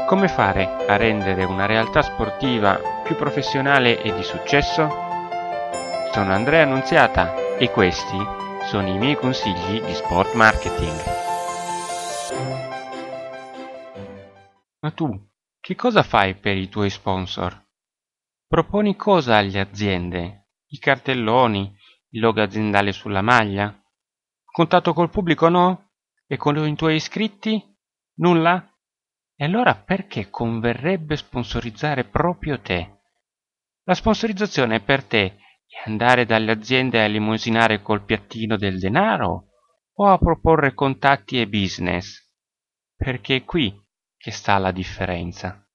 Come fare a rendere una realtà sportiva più professionale e di successo? Sono Andrea Annunziata e questi sono i miei consigli di sport marketing. Ma tu, che cosa fai per i tuoi sponsor? Proponi cosa alle aziende? I cartelloni, il logo aziendale sulla maglia? Contatto col pubblico no? E con i tuoi iscritti? Nulla? E allora perché converrebbe sponsorizzare proprio te? La sponsorizzazione per te è andare dalle aziende a elemosinare col piattino del denaro o a proporre contatti e business? Perché è qui che sta la differenza.